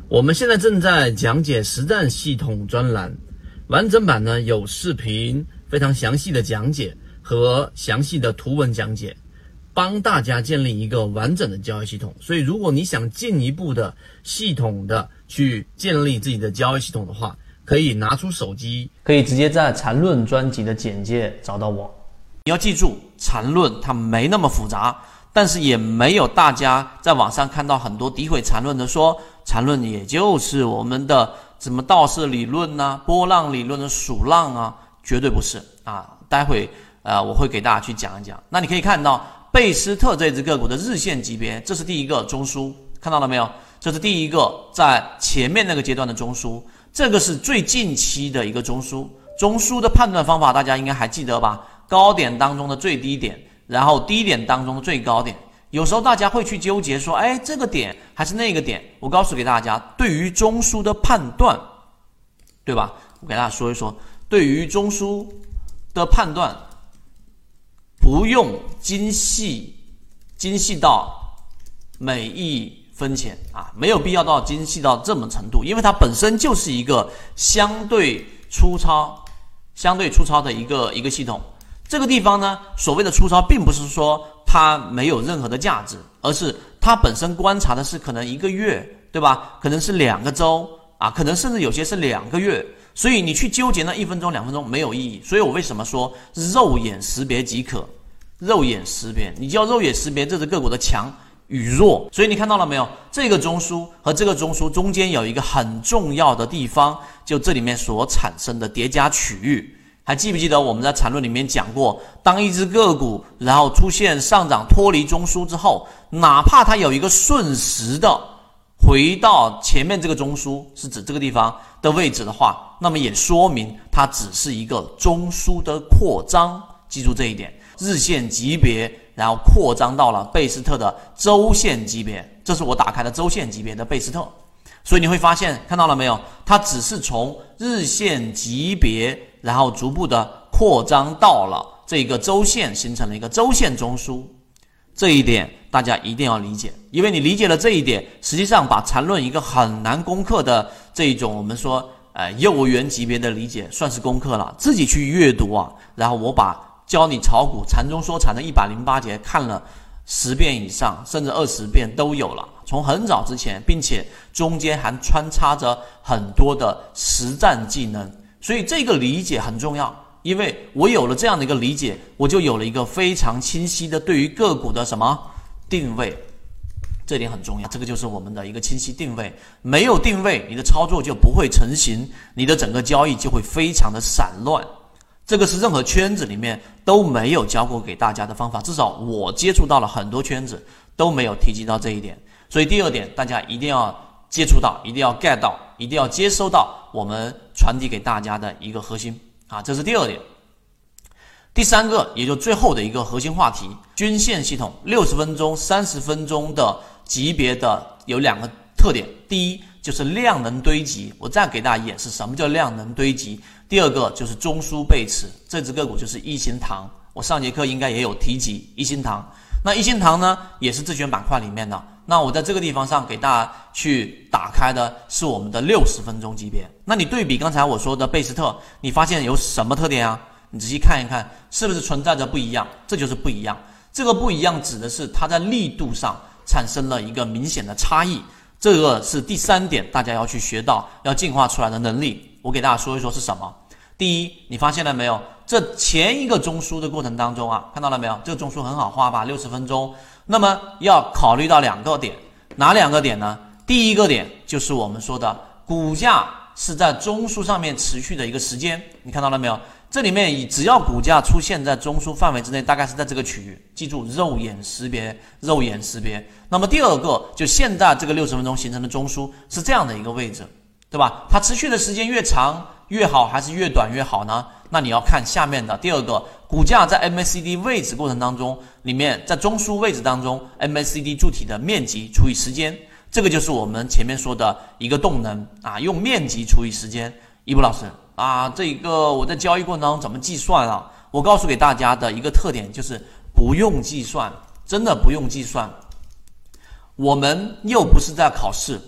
我们现在正在讲解实战系统专栏，完整版呢有视频非常详细的讲解和详细的图文讲解，帮大家建立一个完整的交易系统。所以如果你想进一步的系统的去建立自己的交易系统的话，可以拿出手机， 可以直接在缠论专辑的简介找到我。你要记住，缠论它没那么复杂，但是也没有大家在网上看到很多诋毁缠论的说缠论也就是我们的什么道氏理论啊、波浪理论的数浪啊，绝对不是啊。待会我会给大家去讲一讲。那你可以看到贝斯特这只个股的日线级别，这是第一个中枢，看到了没有？这是第一个在前面那个阶段的中枢，这个是最近期的一个中枢。中枢的判断方法大家应该还记得吧？高点当中的最低点，然后低点当中的最高点。有时候大家会去纠结说，这个点还是那个点。我告诉给大家，对于中枢的判断，对吧？我给大家说一说，对于中枢的判断，不用精细到每一分钱啊，没有必要到精细到这么程度，因为它本身就是一个相对粗糙的一个系统。这个地方呢，所谓的粗糙并不是说它没有任何的价值，而是它本身观察的是可能1个月，对吧？可能是2个周啊，可能甚至有些是2个月。所以你去纠结那1分钟2分钟没有意义。所以我为什么说肉眼识别即可？肉眼识别，你就要肉眼识别这只个股的强与弱。所以你看到了没有？这个中枢和这个中枢中间有一个很重要的地方，就这里面所产生的叠加区域。还记不记得我们在缠论里面讲过，当一只个股然后出现上涨脱离中枢之后，哪怕它有一个瞬时的回到前面这个中枢，是指这个地方的位置的话，那么也说明它只是一个中枢的扩张。记住这一点，日线级别然后扩张到了贝斯特的周线级别，这是我打开的周线级别的贝斯特。所以你会发现，看到了没有？它只是从日线级别然后逐步的扩张到了这个周线，形成了一个周线中枢。这一点大家一定要理解，因为你理解了这一点，实际上把缠论一个很难攻克的这种我们说幼儿园级别的理解算是攻克了，自己去阅读啊。然后我把教你炒股缠中说禅的108节看了10遍以上，甚至20遍都有了，从很早之前，并且中间还穿插着很多的实战技能。所以这个理解很重要，因为我有了这样的一个理解，我就有了一个非常清晰的对于个股的什么定位，这点很重要。这个就是我们的一个清晰定位，没有定位，你的操作就不会成型，你的整个交易就会非常的散乱。这个是任何圈子里面都没有教过给大家的方法，至少我接触到了很多圈子都没有提及到这一点。所以第二点，大家一定要接触到，一定要 get 到，一定要接收到我们传递给大家的一个核心啊，这是第二点。第三个，也就最后的一个核心话题，均线系统60分钟、30分钟的级别的有2个特点。第一就是量能堆积，我再给大家演示什么叫量能堆积。第二个就是中枢背驰，这只个股就是一心堂，我上节课应该也有提及一心堂。那一心堂呢，也是自选板块里面的。那我在这个地方上给大家去打开的是我们的60分钟级别。那你对比刚才我说的贝斯特，你发现有什么特点啊？你仔细看一看，是不是存在着不一样？这就是不一样。这个不一样指的是它在力度上产生了一个明显的差异。这个是第3点，大家要去学到，要进化出来的能力。我给大家说一说是什么。第一，你发现了没有？这前一个中枢的过程当中啊，看到了没有？这个中枢很好画吧，60分钟。那么要考虑到2个点，哪2个点呢？第一个点就是我们说的股价是在中枢上面持续的一个时间，你看到了没有？这里面只要股价出现在中枢范围之内，大概是在这个区域，记住肉眼识别，肉眼识别。那么第二个，就现在这个60分钟形成的中枢是这样的一个位置，对吧？它持续的时间越长越好，还是越短越好呢？那你要看下面的第二个，股价在 MACD 位置过程当中，里面在中枢位置当中 MACD 柱体的面积除以时间，这个就是我们前面说的一个动能啊，用面积除以时间。一步老师啊，这个我在交易过程当中怎么计算啊？我告诉给大家的一个特点就是不用计算，真的不用计算。我们又不是在考试，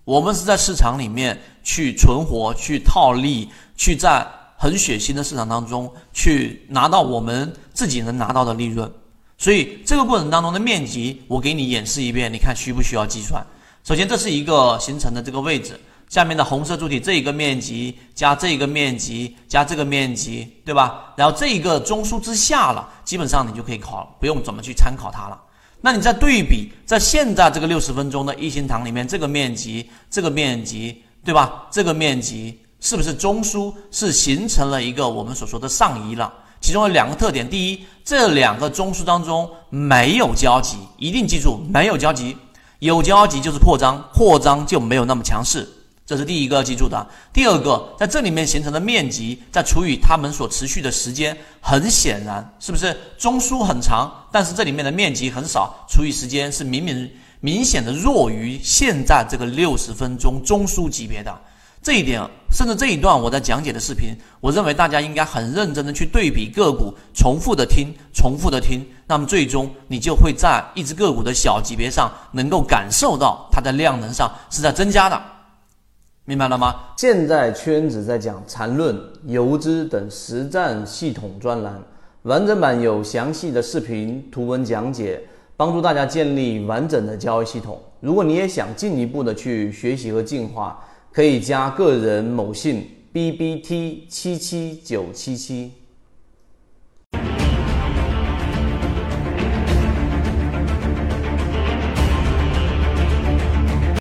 我们是在市场里面去存活、去套利、去在很血腥的市场当中去拿到我们自己能拿到的利润。所以这个过程当中的面积我给你演示一遍，你看需不需要计算。首先这是一个形成的这个位置，下面的红色柱体这一个面积加这一个面积加这个面积，对吧？然后这一个中枢之下了，基本上你就可以考，不用怎么去参考它了。那你再对比在现在这个60分钟的一心堂里面，这个面积对吧？这个面积是不是中枢是形成了一个我们所说的上移了？其中有两个特点，第一，这两个中枢当中没有交集，一定记住没有交集，有交集就是扩张，扩张就没有那么强势，这是第一个要记住的。第二个，在这里面形成的面积再除以它们所持续的时间，很显然是不是中枢很长，但是这里面的面积很少，除以时间是明显的弱于现在这个60分钟中枢级别的。这一点，甚至这一段我在讲解的视频，我认为大家应该很认真的去对比个股，重复的听，那么最终你就会在一只个股的小级别上能够感受到它的量能上是在增加的，明白了吗？ 现在圈子在讲缠论、游资等实战系统专栏，完整版有详细的视频、图文讲解，帮助大家建立完整的交易系统。如果你也想进一步的去学习和进化，可以加个人某信 BBT77977。